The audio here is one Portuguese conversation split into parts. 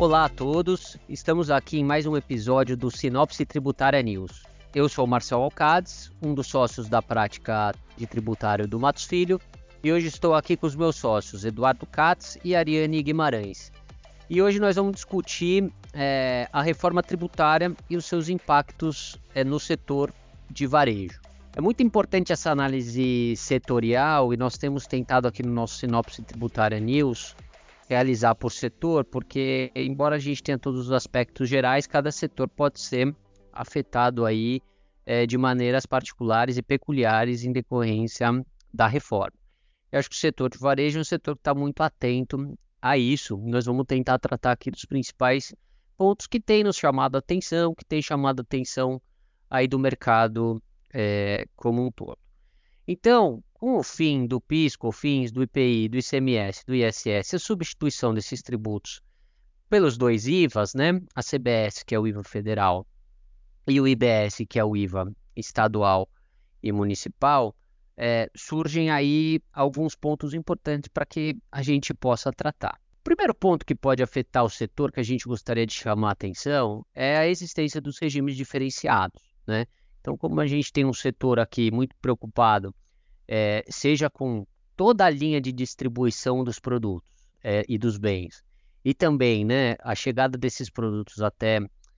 Olá a todos, estamos aqui em mais um episódio do Sinopse Tributária News. Eu sou o Marcel Alcades, um dos sócios da prática de tributário do Matos Filho, e hoje estou aqui com os meus sócios Eduardo Katz e Ariane Guimarães. E hoje nós vamos discutir a reforma tributária e os seus impactos no setor de varejo. É muito importante essa análise setorial e nós temos tentado aqui no nosso Sinopse Tributária News realizar por setor, porque embora a gente tenha todos os aspectos gerais, cada setor pode ser afetado aí de maneiras particulares e peculiares em decorrência da reforma. Eu acho que o setor de varejo é um setor que está muito atento a isso. Nós vamos tentar tratar aqui dos principais pontos que tem nos chamado a atenção, que tem chamado a atenção aí do mercado como um todo. Então, com o fim do PIS, COFINS, do IPI, do ICMS, do ISS, a substituição desses tributos pelos dois IVAs, né? A CBS, que é o IVA federal, e o IBS, que é o IVA estadual e municipal, surgem aí alguns pontos importantes para que a gente possa tratar. O primeiro ponto que pode afetar o setor que a gente gostaria de chamar a atenção é a existência dos regimes diferenciados, né? Então, como a gente tem um setor aqui muito preocupado, seja com toda a linha de distribuição dos produtos e dos bens, e também, né, a chegada desses produtos até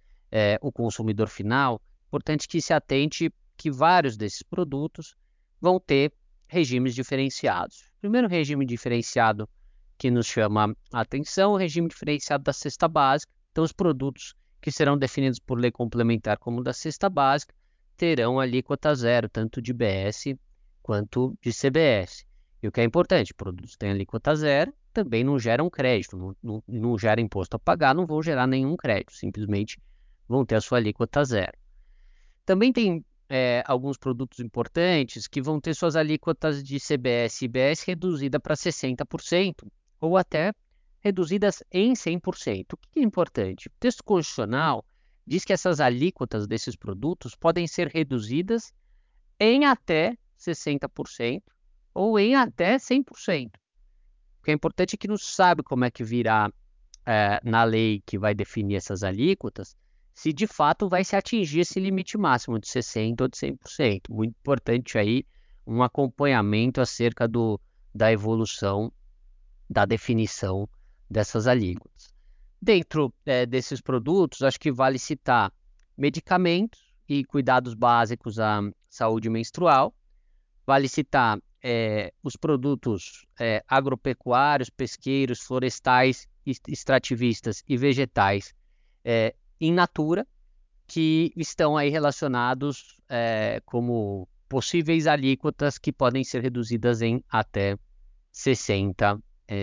o consumidor final, importante que se atente que vários desses produtos vão ter regimes diferenciados. O primeiro regime diferenciado que nos chama a atenção é o regime diferenciado da cesta básica. Então, os produtos que serão definidos por lei complementar como da cesta básica terão alíquota zero, tanto de IBS quanto de CBS. E o que é importante, produtos têm alíquota zero, também não geram crédito, não gera imposto a pagar, não vão gerar nenhum crédito, simplesmente vão ter a sua alíquota zero. Também tem alguns produtos importantes que vão ter suas alíquotas de CBS e IBS reduzida para 60% ou até reduzidas em 100%. O que é importante? O texto constitucional diz que essas alíquotas desses produtos podem ser reduzidas em até 60% ou em até 100%. O que é importante é que não sabe como é que virá na lei que vai definir essas alíquotas, se de fato vai se atingir esse limite máximo de 60% ou de 100%. Muito importante aí um acompanhamento acerca da evolução da definição dessas alíquotas. Dentro desses produtos, acho que vale citar medicamentos e cuidados básicos à saúde menstrual. Vale citar os produtos agropecuários, pesqueiros, florestais, extrativistas e vegetais in natura, que estão aí relacionados como possíveis alíquotas que podem ser reduzidas em até 60%.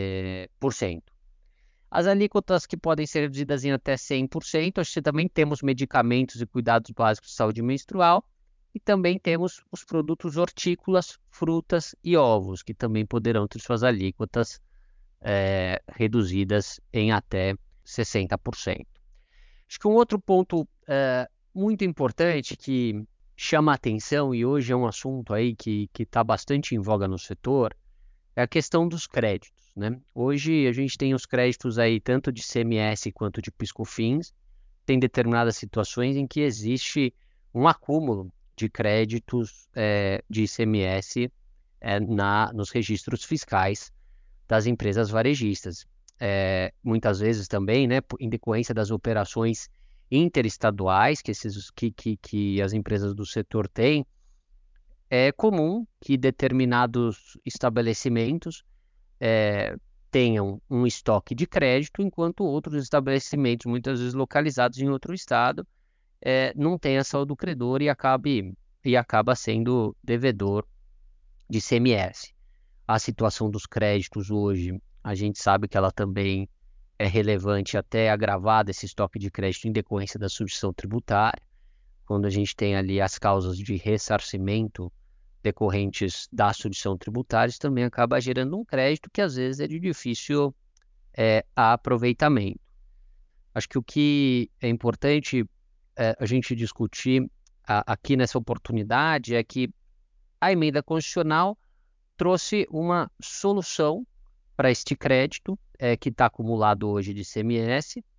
As alíquotas que podem ser reduzidas em até 100%, acho que também temos medicamentos e cuidados básicos de saúde menstrual, e também temos os produtos hortícolas, frutas e ovos, que também poderão ter suas alíquotas reduzidas em até 60%. Acho que um outro ponto muito importante que chama a atenção e hoje é um assunto aí que está bastante em voga no setor é a questão dos créditos, né? Hoje a gente tem os créditos aí tanto de CMS quanto de PIS/COFINS, tem determinadas situações em que existe um acúmulo de créditos de ICMS nos registros fiscais das empresas varejistas. Muitas vezes também, né, em decorrência das operações interestaduais que as empresas do setor têm, é comum que determinados estabelecimentos tenham um estoque de crédito, enquanto outros estabelecimentos, muitas vezes localizados em outro estado, não tem a saúde do credor e acaba sendo devedor de ICMS. A situação dos créditos hoje, a gente sabe que ela também é relevante, até agravada esse estoque de crédito em decorrência da substituição tributária, quando a gente tem ali as causas de ressarcimento decorrentes da substituição tributária, isso também acaba gerando um crédito que às vezes é de difícil aproveitamento. Acho que o que é importante a gente discutir aqui nessa oportunidade é que a emenda constitucional trouxe uma solução para este crédito que está acumulado hoje de ICMS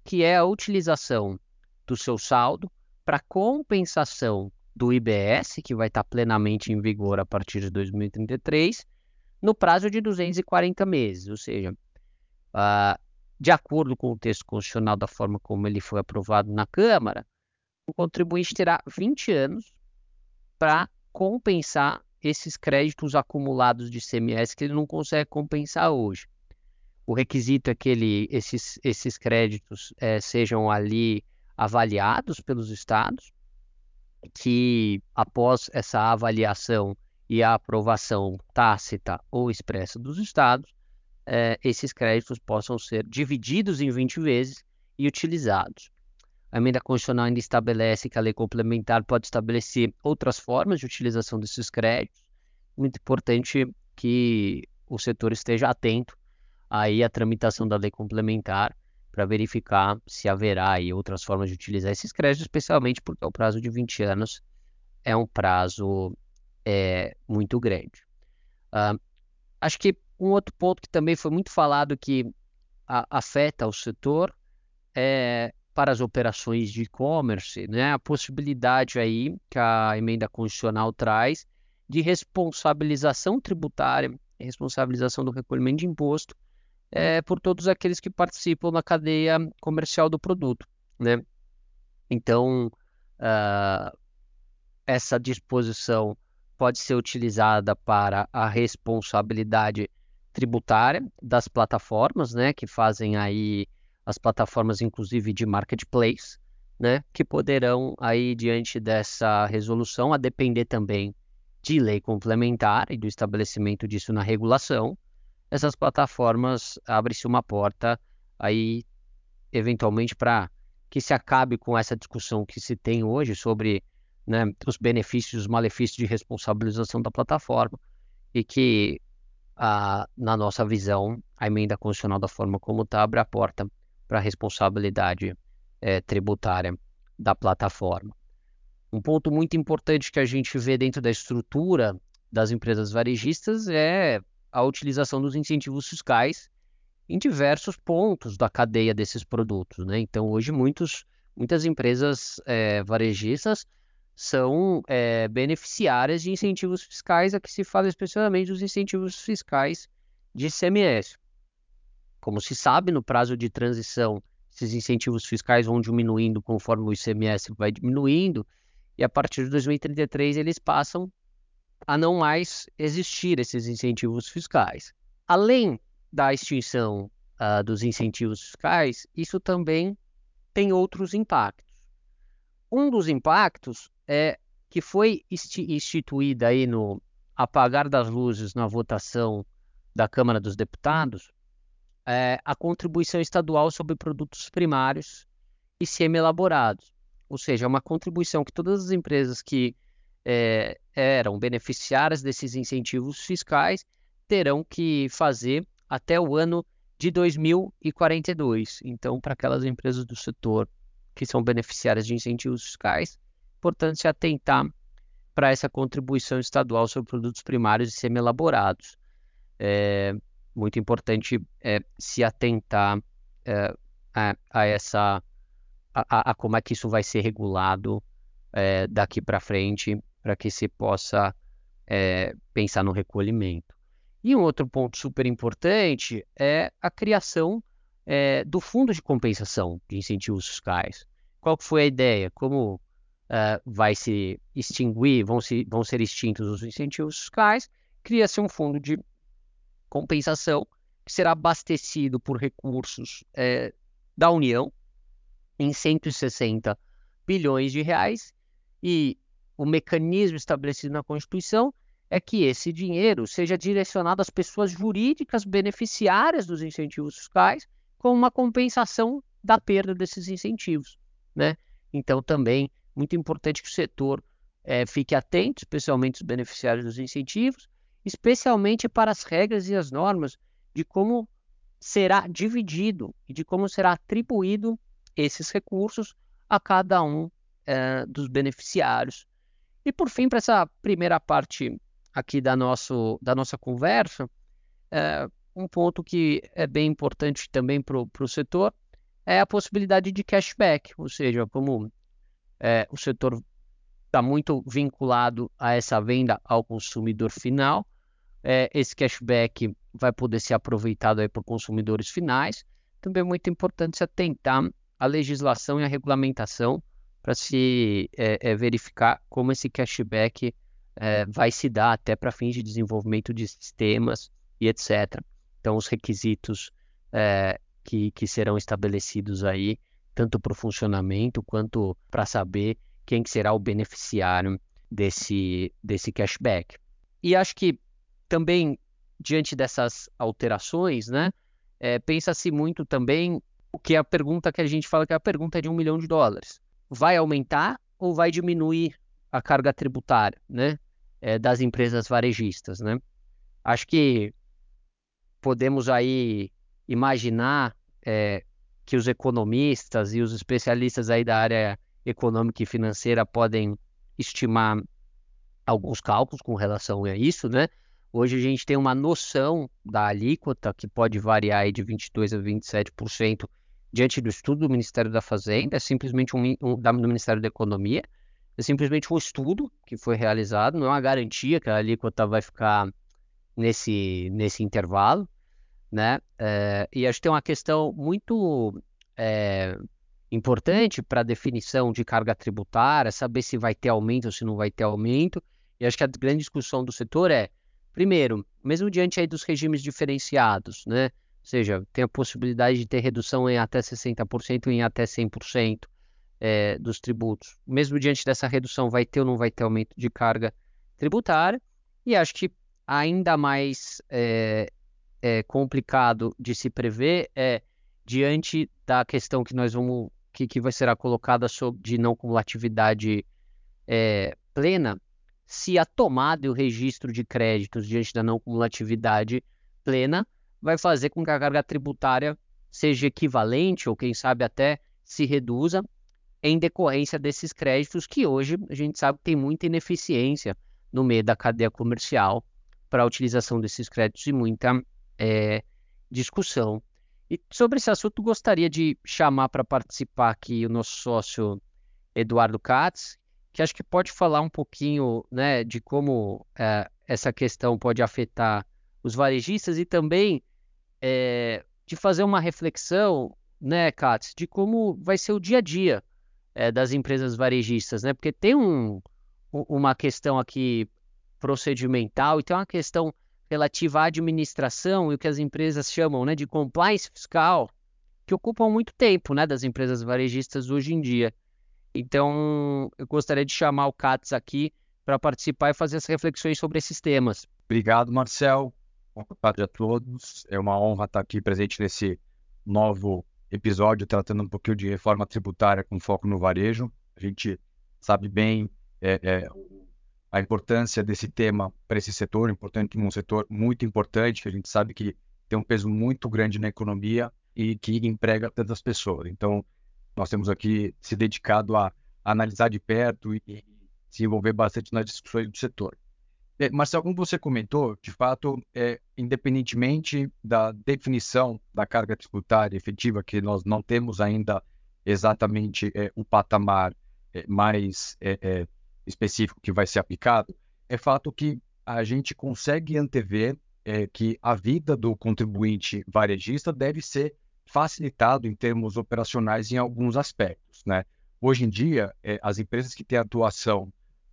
que é a utilização do seu saldo para compensação do IBS, que vai estar plenamente em vigor a partir de 2033, no prazo de 240 meses, ou seja, de acordo com o texto constitucional da forma como ele foi aprovado na Câmara, o contribuinte terá 20 anos para compensar esses créditos acumulados de ICMS que ele não consegue compensar hoje. O requisito é que esses créditos sejam ali avaliados pelos estados, que após essa avaliação e a aprovação tácita ou expressa dos estados, esses créditos possam ser divididos em 20 vezes e utilizados. A emenda constitucional ainda estabelece que a lei complementar pode estabelecer outras formas de utilização desses créditos. Muito importante que o setor esteja atento aí à tramitação da lei complementar para verificar se haverá aí outras formas de utilizar esses créditos, especialmente porque o prazo de 20 anos é um prazo muito grande. Acho que um outro ponto que também foi muito falado que afeta o setor é para as operações de e-commerce, né, a possibilidade aí que a emenda constitucional traz de responsabilização tributária, responsabilização do recolhimento de imposto por todos aqueles que participam na cadeia comercial do produto, né? Então, essa disposição pode ser utilizada para a responsabilidade tributária das plataformas, né, que fazem aí as plataformas, inclusive de marketplace, né, que poderão aí diante dessa resolução, a depender também de lei complementar e do estabelecimento disso na regulação, essas plataformas abre-se uma porta aí eventualmente para que se acabe com essa discussão que se tem hoje sobre, né, os benefícios e os malefícios de responsabilização da plataforma e que, na nossa visão, a emenda constitucional da forma como está abre a porta para a responsabilidade tributária da plataforma. Um ponto muito importante que a gente vê dentro da estrutura das empresas varejistas é a utilização dos incentivos fiscais em diversos pontos da cadeia desses produtos, né? Então, hoje, muitas empresas varejistas são beneficiárias de incentivos fiscais, a que se fala especialmente dos incentivos fiscais de ICMS. Como se sabe, no prazo de transição, esses incentivos fiscais vão diminuindo conforme o ICMS vai diminuindo, e a partir de 2033 eles passam a não mais existir esses incentivos fiscais. Além da extinção dos incentivos fiscais, isso também tem outros impactos. Um dos impactos é que foi instituída aí no apagar das luzes na votação da Câmara dos Deputados a contribuição estadual sobre produtos primários e semi-elaborados. Ou seja, uma contribuição que todas as empresas que eram beneficiárias desses incentivos fiscais terão que fazer até o ano de 2042. Então, para aquelas empresas do setor que são beneficiárias de incentivos fiscais, é importante se atentar para essa contribuição estadual sobre produtos primários e semi-elaborados. É muito importante se atentar a como é que isso vai ser regulado daqui para frente, para que se possa pensar no recolhimento. E um outro ponto super importante é a criação do Fundo de Compensação de Incentivos Fiscais. Qual que foi a ideia? Como vai se extinguir, vão ser extintos os incentivos fiscais, cria-se um fundo de compensação que será abastecido por recursos da União em 160 bilhões de reais, e o mecanismo estabelecido na Constituição é que esse dinheiro seja direcionado às pessoas jurídicas beneficiárias dos incentivos fiscais como uma compensação da perda desses incentivos, né? Então, também, muito importante que o setor fique atento, especialmente os beneficiários dos incentivos, especialmente para as regras e as normas de como será dividido e de como será atribuído esses recursos a cada um dos beneficiários. E por fim, para essa primeira parte aqui da nossa conversa, um ponto que é bem importante também para o setor é a possibilidade de cashback, ou seja, como o setor está muito vinculado a essa venda ao consumidor final, esse cashback vai poder ser aproveitado aí por consumidores finais. Também é muito importante se atentar à legislação e à regulamentação para se verificar como esse cashback vai se dar até para fins de desenvolvimento de sistemas e etc. Então, os requisitos que serão estabelecidos aí, tanto para o funcionamento quanto para saber quem que será o beneficiário desse cashback. E acho que também, diante dessas alterações, né, pensa-se muito também o que é a pergunta que a gente fala que é a pergunta de US$ 1 milhão. Vai aumentar ou vai diminuir a carga tributária, né, das empresas varejistas, né? Acho que podemos aí imaginar que os economistas e os especialistas aí da área econômica e financeira podem estimar alguns cálculos com relação a isso, né? Hoje a gente tem uma noção da alíquota que pode variar aí de 22% a 27% diante do estudo do Ministério da Fazenda, é simplesmente do Ministério da Economia, é simplesmente um estudo que foi realizado, não é uma garantia que a alíquota vai ficar nesse intervalo, né? E acho que tem uma questão muito é, importante para a definição de carga tributária, saber se vai ter aumento ou se não vai ter aumento. E acho que a grande discussão do setor primeiro, mesmo diante aí dos regimes diferenciados, né? Ou seja, tem a possibilidade de ter redução em até 60% e em até 100% dos tributos. Mesmo diante dessa redução, vai ter ou não vai ter aumento de carga tributária? E acho que ainda mais complicado de se prever diante da questão que nós vamos que vai será colocada de não cumulatividade plena, se a tomada e o registro de créditos diante da não cumulatividade plena vai fazer com que a carga tributária seja equivalente ou quem sabe até se reduza em decorrência desses créditos que hoje a gente sabe que tem muita ineficiência no meio da cadeia comercial para a utilização desses créditos e muita discussão. E sobre esse assunto, gostaria de chamar para participar aqui o nosso sócio Eduardo Katz, que acho que pode falar um pouquinho, né, de como essa questão pode afetar os varejistas e também de fazer uma reflexão, né, Katz, de como vai ser o dia a dia das empresas varejistas, né? Porque tem uma questão aqui procedimental e tem uma questão relativa à administração e o que as empresas chamam, né, de compliance fiscal, que ocupam muito tempo, né, das empresas varejistas hoje em dia. Então, eu gostaria de chamar o Katz aqui para participar e fazer as reflexões sobre esses temas. Obrigado, Marcel. Boa tarde a todos. É uma honra estar aqui presente nesse novo episódio, tratando um pouquinho de reforma tributária com foco no varejo. A gente sabe bem a importância desse tema para esse setor, um setor muito importante, que a gente sabe que tem um peso muito grande na economia e que emprega tantas pessoas. Então, nós temos aqui se dedicado a analisar de perto e se envolver bastante nas discussões do setor. Marcelo, como você comentou, de fato, independentemente da definição da carga tributária efetiva, que nós não temos ainda exatamente o patamar mais específico que vai ser aplicado, é fato que a gente consegue antever que a vida do contribuinte varejista deve ser facilitado em termos operacionais em alguns aspectos, né? Hoje em dia, as empresas que têm atuação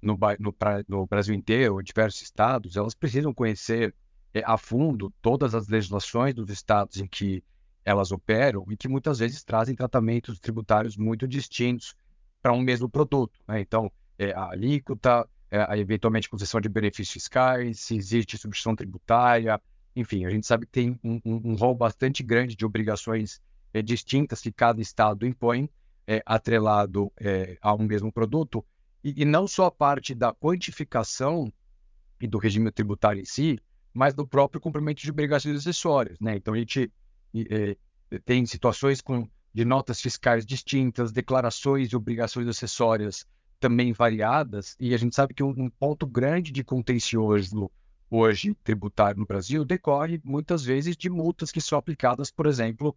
no Brasil inteiro, em diversos estados, elas precisam conhecer a fundo todas as legislações dos estados em que elas operam e que muitas vezes trazem tratamentos tributários muito distintos para um mesmo produto, né? Então, a alíquota, eventualmente concessão de benefícios fiscais, se existe substituição tributária, enfim, a gente sabe que tem um rol bastante grande de obrigações distintas que cada estado impõe, atrelado a um mesmo produto, e não só a parte da quantificação e do regime tributário em si, mas do próprio cumprimento de obrigações acessórias, né? Então, a gente tem situações de notas fiscais distintas, declarações e obrigações acessórias também variadas, e a gente sabe que um ponto grande de contencioso hoje tributário no Brasil decorre muitas vezes de multas que são aplicadas, por exemplo,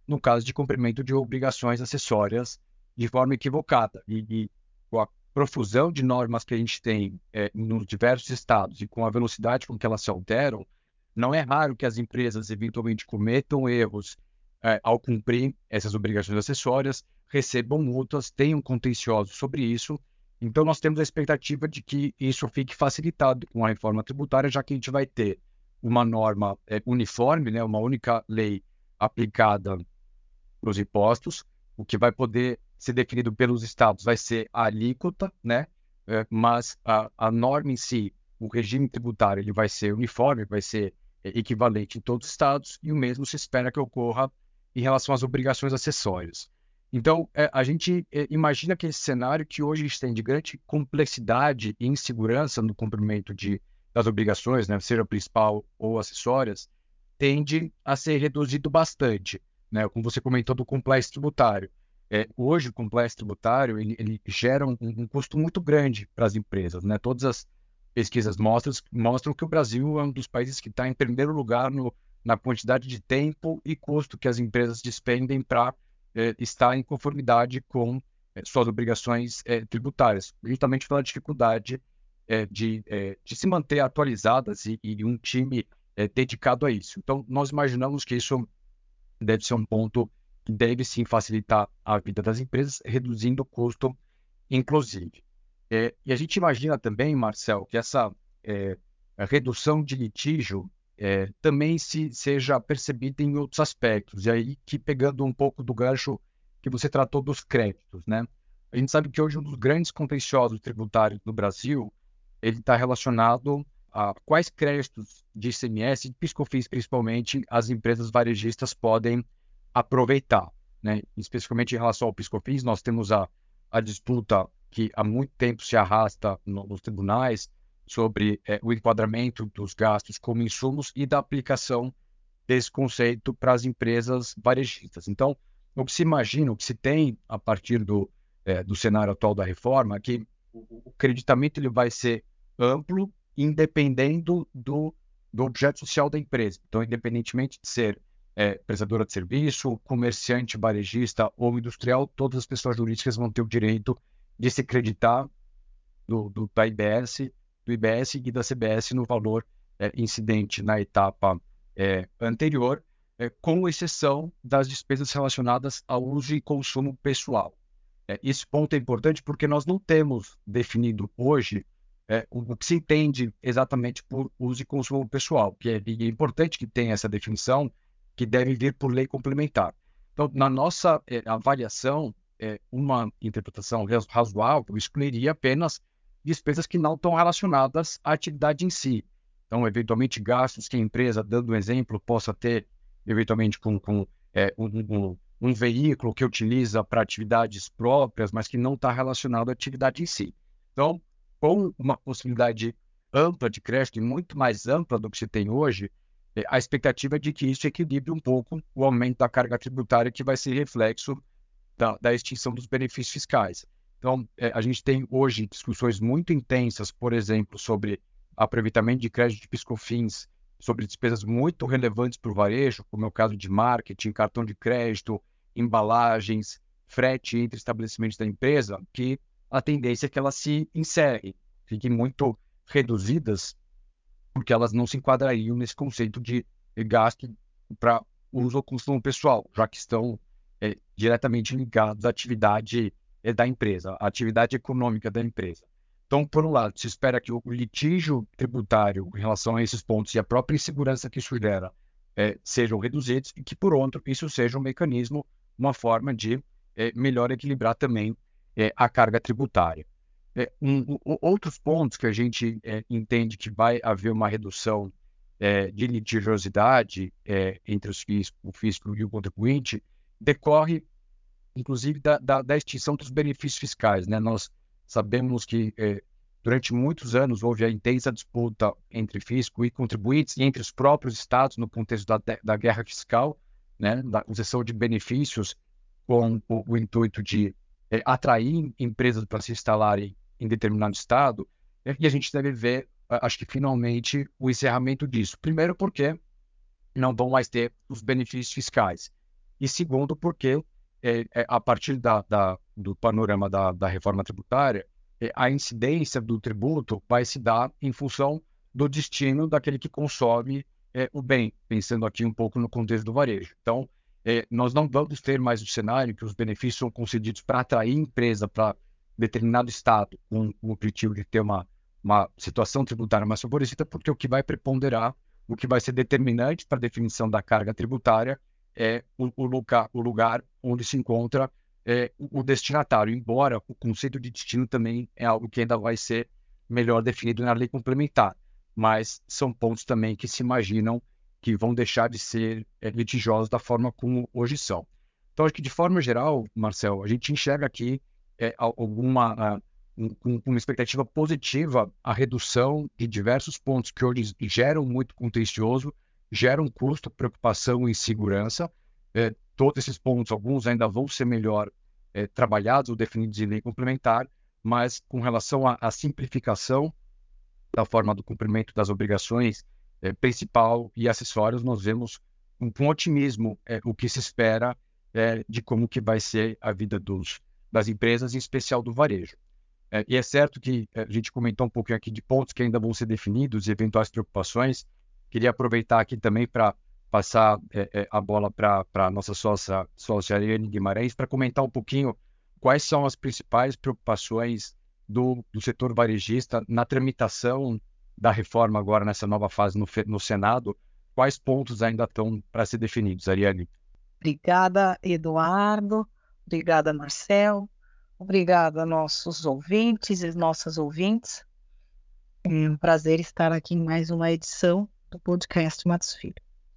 no caso de cumprimento de obrigações acessórias de forma equivocada. E com a profusão de normas que a gente tem nos diversos estados e com a velocidade com que elas se alteram, não é raro que as empresas eventualmente cometam erros ao cumprir essas obrigações acessórias, recebam multas, tenham contenciosos sobre isso. Então, nós temos a expectativa de que isso fique facilitado com a reforma tributária, já que a gente vai ter uma norma uniforme, né, uma única lei aplicada para os impostos. O que vai poder ser definido pelos estados vai ser a alíquota, né? Mas a norma em si, o regime tributário, ele vai ser uniforme, vai ser equivalente em todos os estados, e o mesmo se espera que ocorra em relação às obrigações acessórias. Então, a gente imagina que esse cenário que hoje a gente tem de grande complexidade e insegurança no cumprimento das obrigações, né, seja principal ou acessórias, tende a ser reduzido bastante, né? Como você comentou do compliance tributário. Hoje, o compliance tributário ele gera um custo muito grande para as empresas, né? Todas as pesquisas mostram que o Brasil é um dos países que está em primeiro lugar na quantidade de tempo e custo que as empresas despendem para estar em conformidade com suas obrigações tributárias, justamente pela dificuldade de se manter atualizadas e um time dedicado a isso. Então, nós imaginamos que isso deve ser um ponto que deve sim facilitar a vida das empresas, reduzindo o custo, inclusive. E a gente imagina também, Marcel, que essa a redução de litígio também seja percebida em outros aspectos. E aí, que pegando um pouco do gancho que você tratou dos créditos, né? A gente sabe que hoje um dos grandes contenciosos tributários no Brasil, ele está relacionado a quais créditos de ICMS e de PIS/COFINS, principalmente, as empresas varejistas podem aproveitar, né? Especificamente em relação ao PIS/COFINS, nós temos a disputa que há muito tempo se arrasta nos tribunais sobre o enquadramento dos gastos como insumos e da aplicação desse conceito para as empresas varejistas. Então, o que se imagina, o que se tem a partir do cenário atual da reforma, é que o creditamento ele vai ser amplo, independendo do objeto social da empresa. Então, independentemente de ser prestadora de serviço, comerciante, varejista ou industrial, todas as pessoas jurídicas vão ter o direito de se creditar da IBS, do IBS e da CBS no valor incidente na etapa anterior, com exceção das despesas relacionadas ao uso e consumo pessoal. Esse ponto é importante porque nós não temos definido hoje o que se entende exatamente por uso e consumo pessoal, e é importante que tenha essa definição, que deve vir por lei complementar. Então, na nossa avaliação, uma interpretação razoável excluiria apenas despesas que não estão relacionadas à atividade em si. Então, eventualmente, gastos que a empresa, dando um exemplo, possa ter, eventualmente, com um veículo que utiliza para atividades próprias, mas que não está relacionado à atividade em si. Então, com uma possibilidade ampla de crédito e muito mais ampla do que se tem hoje, a expectativa é de que isso equilibre um pouco o aumento da carga tributária, que vai ser reflexo da extinção dos benefícios fiscais. Então, a gente tem hoje discussões muito intensas, por exemplo, sobre aproveitamento de crédito de PIS/COFINS, sobre despesas muito relevantes para o varejo, como é o caso de marketing, cartão de crédito, embalagens, frete entre estabelecimentos da empresa, que a tendência é que elas se encerrem, fiquem muito reduzidas, porque elas não se enquadrariam nesse conceito de gasto para uso ou consumo pessoal, já que estão diretamente ligados à atividade da empresa, à atividade econômica da empresa. Então, por um lado, se espera que o litígio tributário em relação a esses pontos e a própria insegurança que isso gera sejam reduzidos e que, por outro, isso seja um mecanismo, uma forma de melhor equilibrar também a carga tributária. Outros pontos que a gente entende que vai haver uma redução de litigiosidade entre o fisco e o contribuinte decorre, inclusive, da extinção dos benefícios fiscais, né? Nós sabemos que durante muitos anos houve a intensa disputa entre fisco e contribuintes e entre os próprios estados no contexto da guerra fiscal, né? Da concessão de benefícios com o intuito de atrair empresas para se instalarem em determinado estado, e a gente deve ver, acho que finalmente, o encerramento disso. Primeiro porque não vão mais ter os benefícios fiscais. e segundo, porque a partir do panorama da reforma tributária, a incidência do tributo vai se dar em função do destino daquele que consome o bem, pensando aqui um pouco no contexto do varejo. Então, nós não vamos ter mais o cenário que os benefícios são concedidos para atrair empresa para determinado estado, com o objetivo de ter uma situação tributária mais favorecida, porque o que vai preponderar, o que vai ser determinante para a definição da carga tributária é o lugar onde se encontra o destinatário, embora o conceito de destino também é algo que ainda vai ser melhor definido na lei complementar, mas são pontos também que se imaginam que vão deixar de ser litigiosos da forma como hoje são. Então, acho que de forma geral, Marcel, a gente enxerga aqui uma expectativa positiva a redução de diversos pontos que hoje geram muito contencioso, geram custo, preocupação e insegurança. Todos esses pontos, alguns ainda vão ser melhor trabalhados ou definidos em lei complementar, mas com relação à simplificação da forma do cumprimento das obrigações principal e acessórios, nós vemos com otimismo o que se espera de como que vai ser a vida das empresas, em especial do varejo. E é certo que a gente comentou um pouquinho aqui de pontos que ainda vão ser definidos e eventuais preocupações. Queria aproveitar aqui também para passar a bola para a nossa sócia Ariane Guimarães para comentar um pouquinho quais são as principais preocupações do setor varejista na tramitação da reforma agora nessa nova fase no Senado. Quais pontos ainda estão para ser definidos, Ariane? Obrigada, Eduardo. Obrigada, Marcel. Obrigada, nossos ouvintes e nossas ouvintes. É um prazer estar aqui em mais uma edição do podcast Matos Filho.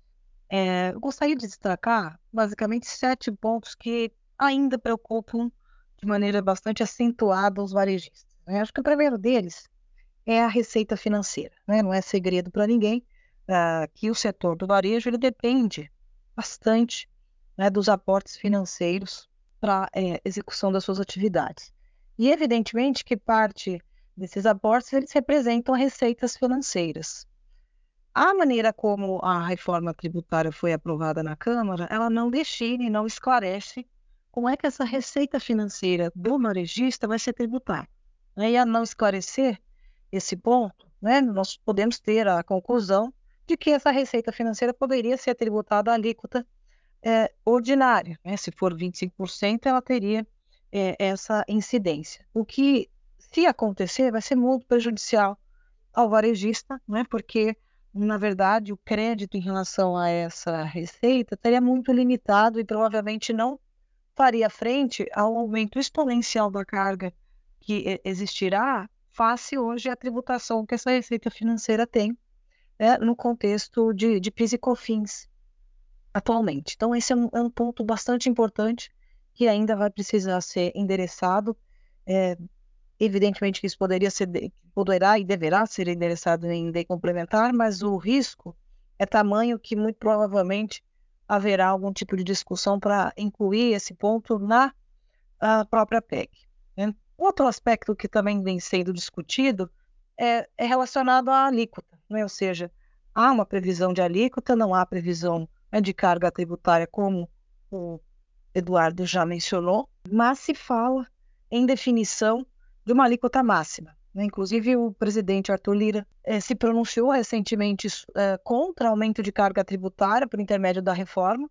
Eu gostaria de destacar, basicamente, 7 pontos que ainda preocupam de maneira bastante acentuada os varejistas, né? Acho que o primeiro deles é a receita financeira, né? Não é segredo para ninguém que o setor do varejo ele depende bastante, né, dos aportes financeiros para execução das suas atividades. E, evidentemente, que parte desses aportes eles representam receitas financeiras. A maneira como a reforma tributária foi aprovada na Câmara, ela não define, não esclarece como é que essa receita financeira do varejista vai ser tributada. E a não esclarecer esse ponto, né, nós podemos ter a conclusão de que essa receita financeira poderia ser tributada à alíquota ordinária, né? Se for 25%, ela teria essa incidência. O que, se acontecer, vai ser muito prejudicial ao varejista, né? Porque, na verdade, o crédito em relação a essa receita estaria muito limitado e provavelmente não faria frente ao aumento exponencial da carga que existirá face hoje à tributação que essa receita financeira tem, né, no contexto de PIS e COFINS atualmente. Então, esse é um ponto bastante importante que ainda vai precisar ser endereçado. Evidentemente que isso poderá e deverá ser endereçado em lei complementar, mas o risco é tamanho que muito provavelmente haverá algum tipo de discussão para incluir esse ponto na própria PEC, né? Outro aspecto que também vem sendo discutido é relacionado à alíquota, né? Ou seja, há uma previsão de alíquota, não há previsão de carga tributária, como o Eduardo já mencionou, mas se fala em definição de uma alíquota máxima, né? Inclusive, o presidente Arthur Lira se pronunciou recentemente contra aumento de carga tributária por intermédio da reforma,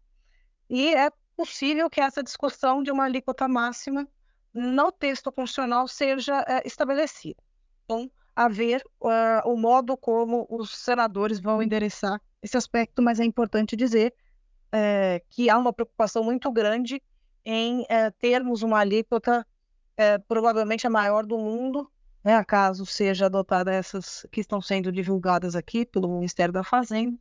e é possível que essa discussão de uma alíquota máxima no texto constitucional seja estabelecida. Então, a ver o modo como os senadores vão endereçar esse aspecto, mas é importante dizer que há uma preocupação muito grande em termos uma alíquota provavelmente a maior do mundo, né, caso seja adotada essas que estão sendo divulgadas aqui pelo Ministério da Fazenda,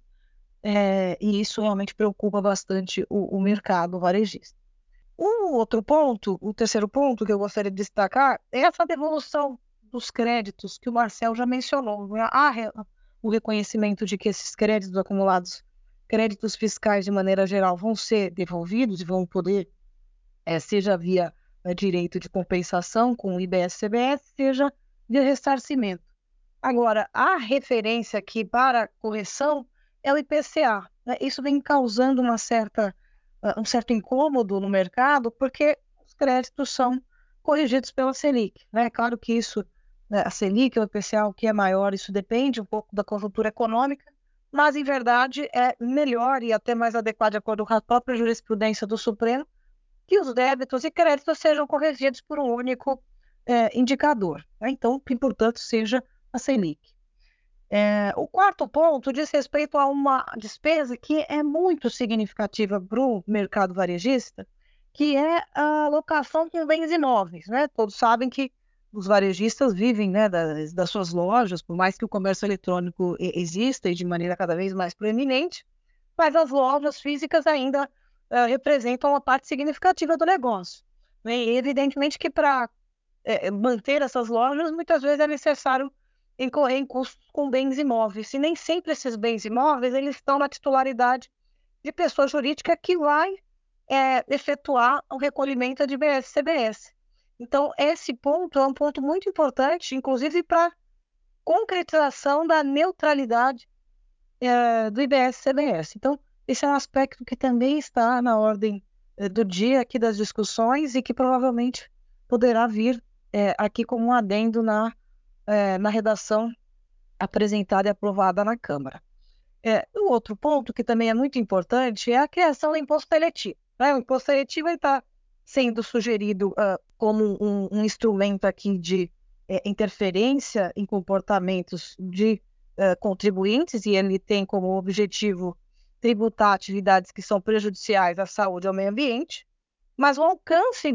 e isso realmente preocupa bastante o mercado varejista. O outro ponto, o terceiro ponto que eu gostaria de destacar é essa devolução dos créditos que o Marcel já mencionou, né? O reconhecimento de que esses créditos acumulados, créditos fiscais de maneira geral, vão ser devolvidos e vão poder, seja via direito de compensação com o IBS-CBS, seja de ressarcimento. Agora, a referência aqui para correção é o IPCA, né? Isso vem causando uma certa um certo incômodo no mercado, porque os créditos são corrigidos pela Selic, né? É claro que isso, né, a Selic, o IPCA, o que é maior, isso depende um pouco da conjuntura econômica, mas, em verdade, é melhor e até mais adequado, de acordo com a própria jurisprudência do Supremo, que os débitos e créditos sejam corrigidos por um único indicador, né? Então, que, portanto, seja a Selic. O quarto ponto diz respeito a uma despesa que é muito significativa para o mercado varejista, que é a locação com bens imóveis, né? Todos sabem que os varejistas vivem, né, das suas lojas, por mais que o comércio eletrônico exista e de maneira cada vez mais proeminente, mas as lojas físicas ainda representam uma parte significativa do negócio, né? E evidentemente que para manter essas lojas, muitas vezes é necessário incorrer em custos com bens imóveis. E nem sempre esses bens imóveis eles estão na titularidade de pessoa jurídica que vai efetuar o recolhimento de IBS-CBS. Então, esse ponto é um ponto muito importante, inclusive para concretização da neutralidade do IBS-CBS. Então, esse é um aspecto que também está na ordem do dia aqui das discussões e que provavelmente poderá vir aqui como um adendo na redação apresentada e aprovada na Câmara. Um outro ponto que também é muito importante é a criação do imposto seletivo, né? O imposto seletivo está sendo sugerido como um instrumento aqui de interferência em comportamentos de contribuintes, e ele tem como objetivo tributar atividades que são prejudiciais à saúde e ao meio ambiente, mas o alcance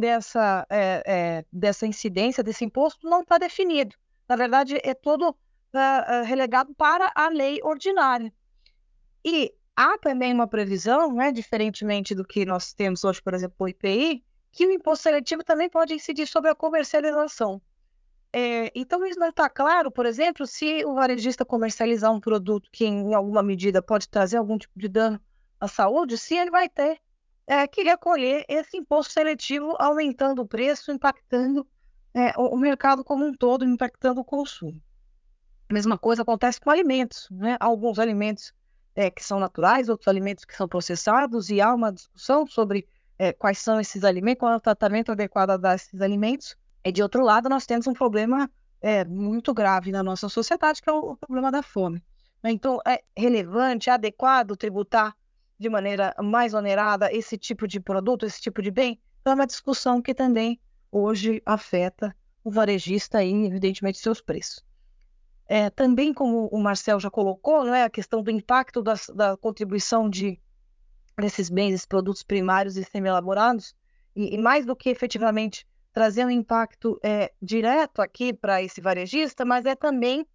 dessa incidência, desse imposto, não está definido. Na verdade, é todo relegado para a lei ordinária. E há também uma previsão, né, diferentemente do que nós temos hoje, por exemplo, o IPI, que o imposto seletivo também pode incidir sobre a comercialização. Então, isso não está claro, por exemplo, se o varejista comercializar um produto que, em alguma medida, pode trazer algum tipo de dano à saúde, se ele vai ter que recolher esse imposto seletivo, aumentando o preço, impactando o mercado como um todo, impactando o consumo. A mesma coisa acontece com alimentos, né? Alguns alimentos que são naturais, outros alimentos que são processados, e há uma discussão sobre quais são esses alimentos, qual é o tratamento adequado a dar esses alimentos. E, de outro lado, nós temos um problema muito grave na nossa sociedade, que é o problema da fome. Então, é relevante, é adequado tributar de maneira mais onerada esse tipo de produto, esse tipo de bem? Então, é uma discussão que também hoje afeta o varejista e, evidentemente, seus preços. Também, como o Marcel já colocou, a questão do impacto da contribuição desses bens, esses produtos primários e semi-elaborados, e mais do que efetivamente trazer um impacto direto aqui para esse varejista, mas também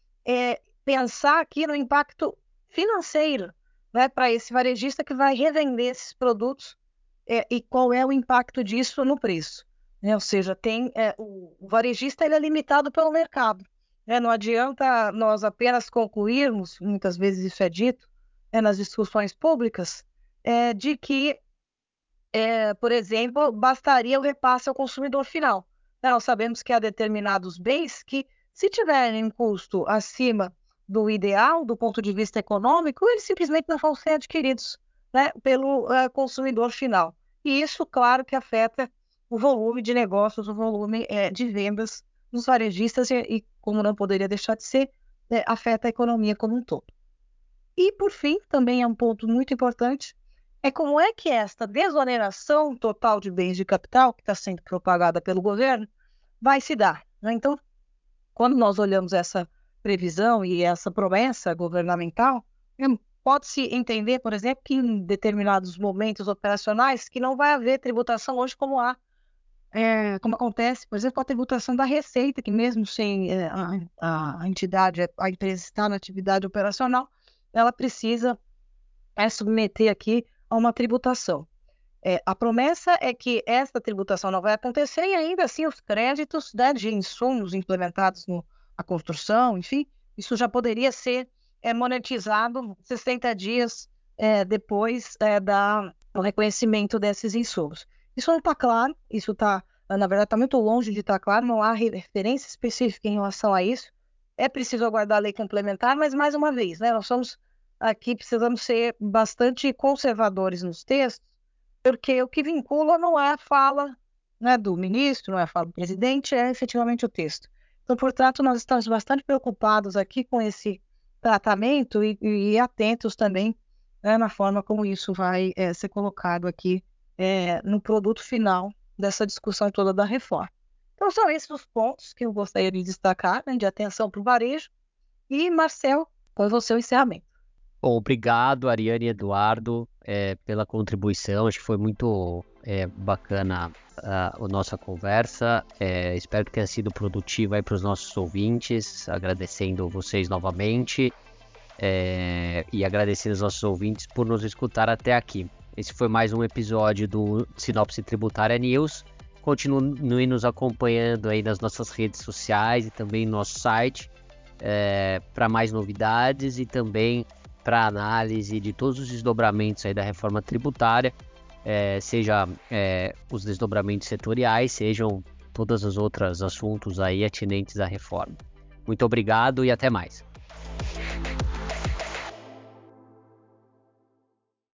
pensar aqui no impacto financeiro, né, para esse varejista que vai revender esses produtos e qual é o impacto disso no preço. Né? Ou seja, o varejista ele é limitado pelo mercado. Né? Não adianta nós apenas concluirmos, muitas vezes isso é dito nas discussões públicas, de que por exemplo, bastaria o repasse ao consumidor final. Nós sabemos que há determinados bens que, se tiverem um custo acima do ideal, do ponto de vista econômico, eles simplesmente não vão ser adquiridos, né, pelo consumidor final. E isso, claro, que afeta o volume de negócios, o volume de vendas dos varejistas e, como não poderia deixar de ser, afeta a economia como um todo. E, por fim, também é um ponto muito importante, como é que esta desoneração total de bens de capital, que está sendo propagada pelo governo, vai se dar. Né? Então, quando nós olhamos essa previsão e essa promessa governamental, pode-se entender, por exemplo, que em determinados momentos operacionais que não vai haver tributação hoje como como acontece, por exemplo, com a tributação da receita, que mesmo sem a entidade, a empresa estar na atividade operacional, ela precisa submeter aqui a uma tributação. A promessa é que essa tributação não vai acontecer e ainda assim os créditos, né, de insumos implementados na construção, enfim, isso já poderia ser monetizado 60 dias depois do reconhecimento desses insumos. Isso não está claro, isso está, na verdade, está muito longe de estar claro, não há referência específica em relação a isso. É preciso aguardar a lei complementar, mas, mais uma vez, né, nós somos aqui, precisamos ser bastante conservadores nos textos, porque o que vincula não é a fala, né, do ministro, não é a fala do presidente, é efetivamente o texto. Então, portanto, nós estamos bastante preocupados aqui com esse tratamento e atentos também, né, na forma como isso vai ser colocado aqui no produto final dessa discussão toda da reforma. Então, são esses os pontos que eu gostaria de destacar, né, de atenção para o varejo. E, Marcel, com você o encerramento. Bom, obrigado, Ariane e Eduardo, pela contribuição. Acho que foi muito bacana a nossa conversa. Espero que tenha sido produtiva aí para os nossos ouvintes. Agradecendo vocês novamente e agradecendo aos nossos ouvintes por nos escutar até aqui. Esse foi mais um episódio do Sinopse Tributária News. Continue nos acompanhando aí nas nossas redes sociais e também no nosso site para mais novidades e também para análise de todos os desdobramentos aí da reforma tributária, seja os desdobramentos setoriais, sejam todos os outros assuntos aí atinentes à reforma. Muito obrigado e até mais.